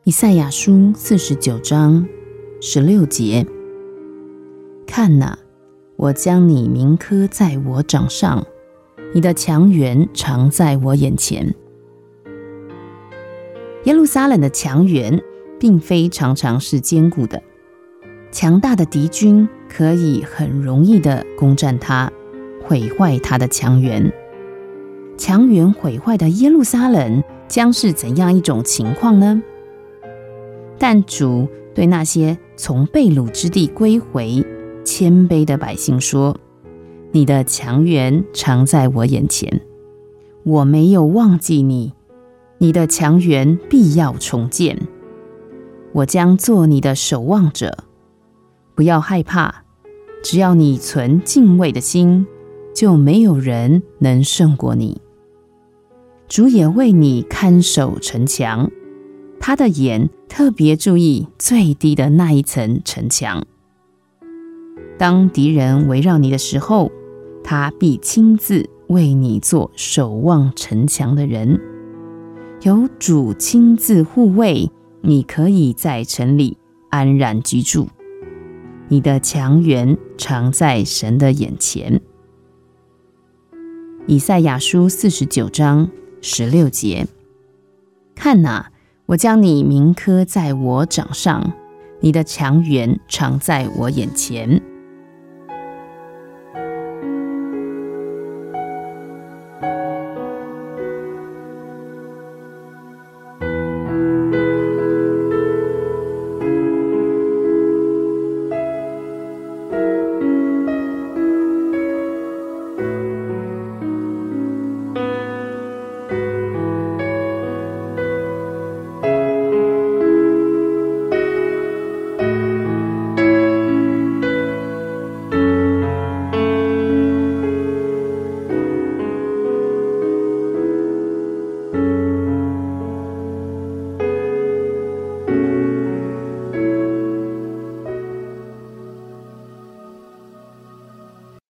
以赛亚书49章16节，看哪，我将你铭刻在我掌上，你的墙垣常在我眼前。耶路撒冷的墙垣并非常常是坚固的，强大的敌军可以很容易地攻占它，毁坏它的墙垣。墙垣毁坏的耶路撒冷将是怎样一种情况呢？但主对那些从被掳之地归回谦卑的百姓说，你的墙垣常在我眼前，我没有忘记你，你的墙垣必要重建，我将做你的守望者。不要害怕，只要你存敬畏的心，就没有人能胜过你。主也为你看守城墙，他的眼特别注意最低的那一层城墙。当敌人围绕你的时候，他必亲自为你做守望城墙的人。有主亲自护卫，你可以在城里安然居住。你的墙垣常在神的眼前。以赛亚书49章16节，看哪，我将你铭刻在我掌上，你的墙垣常在我眼前。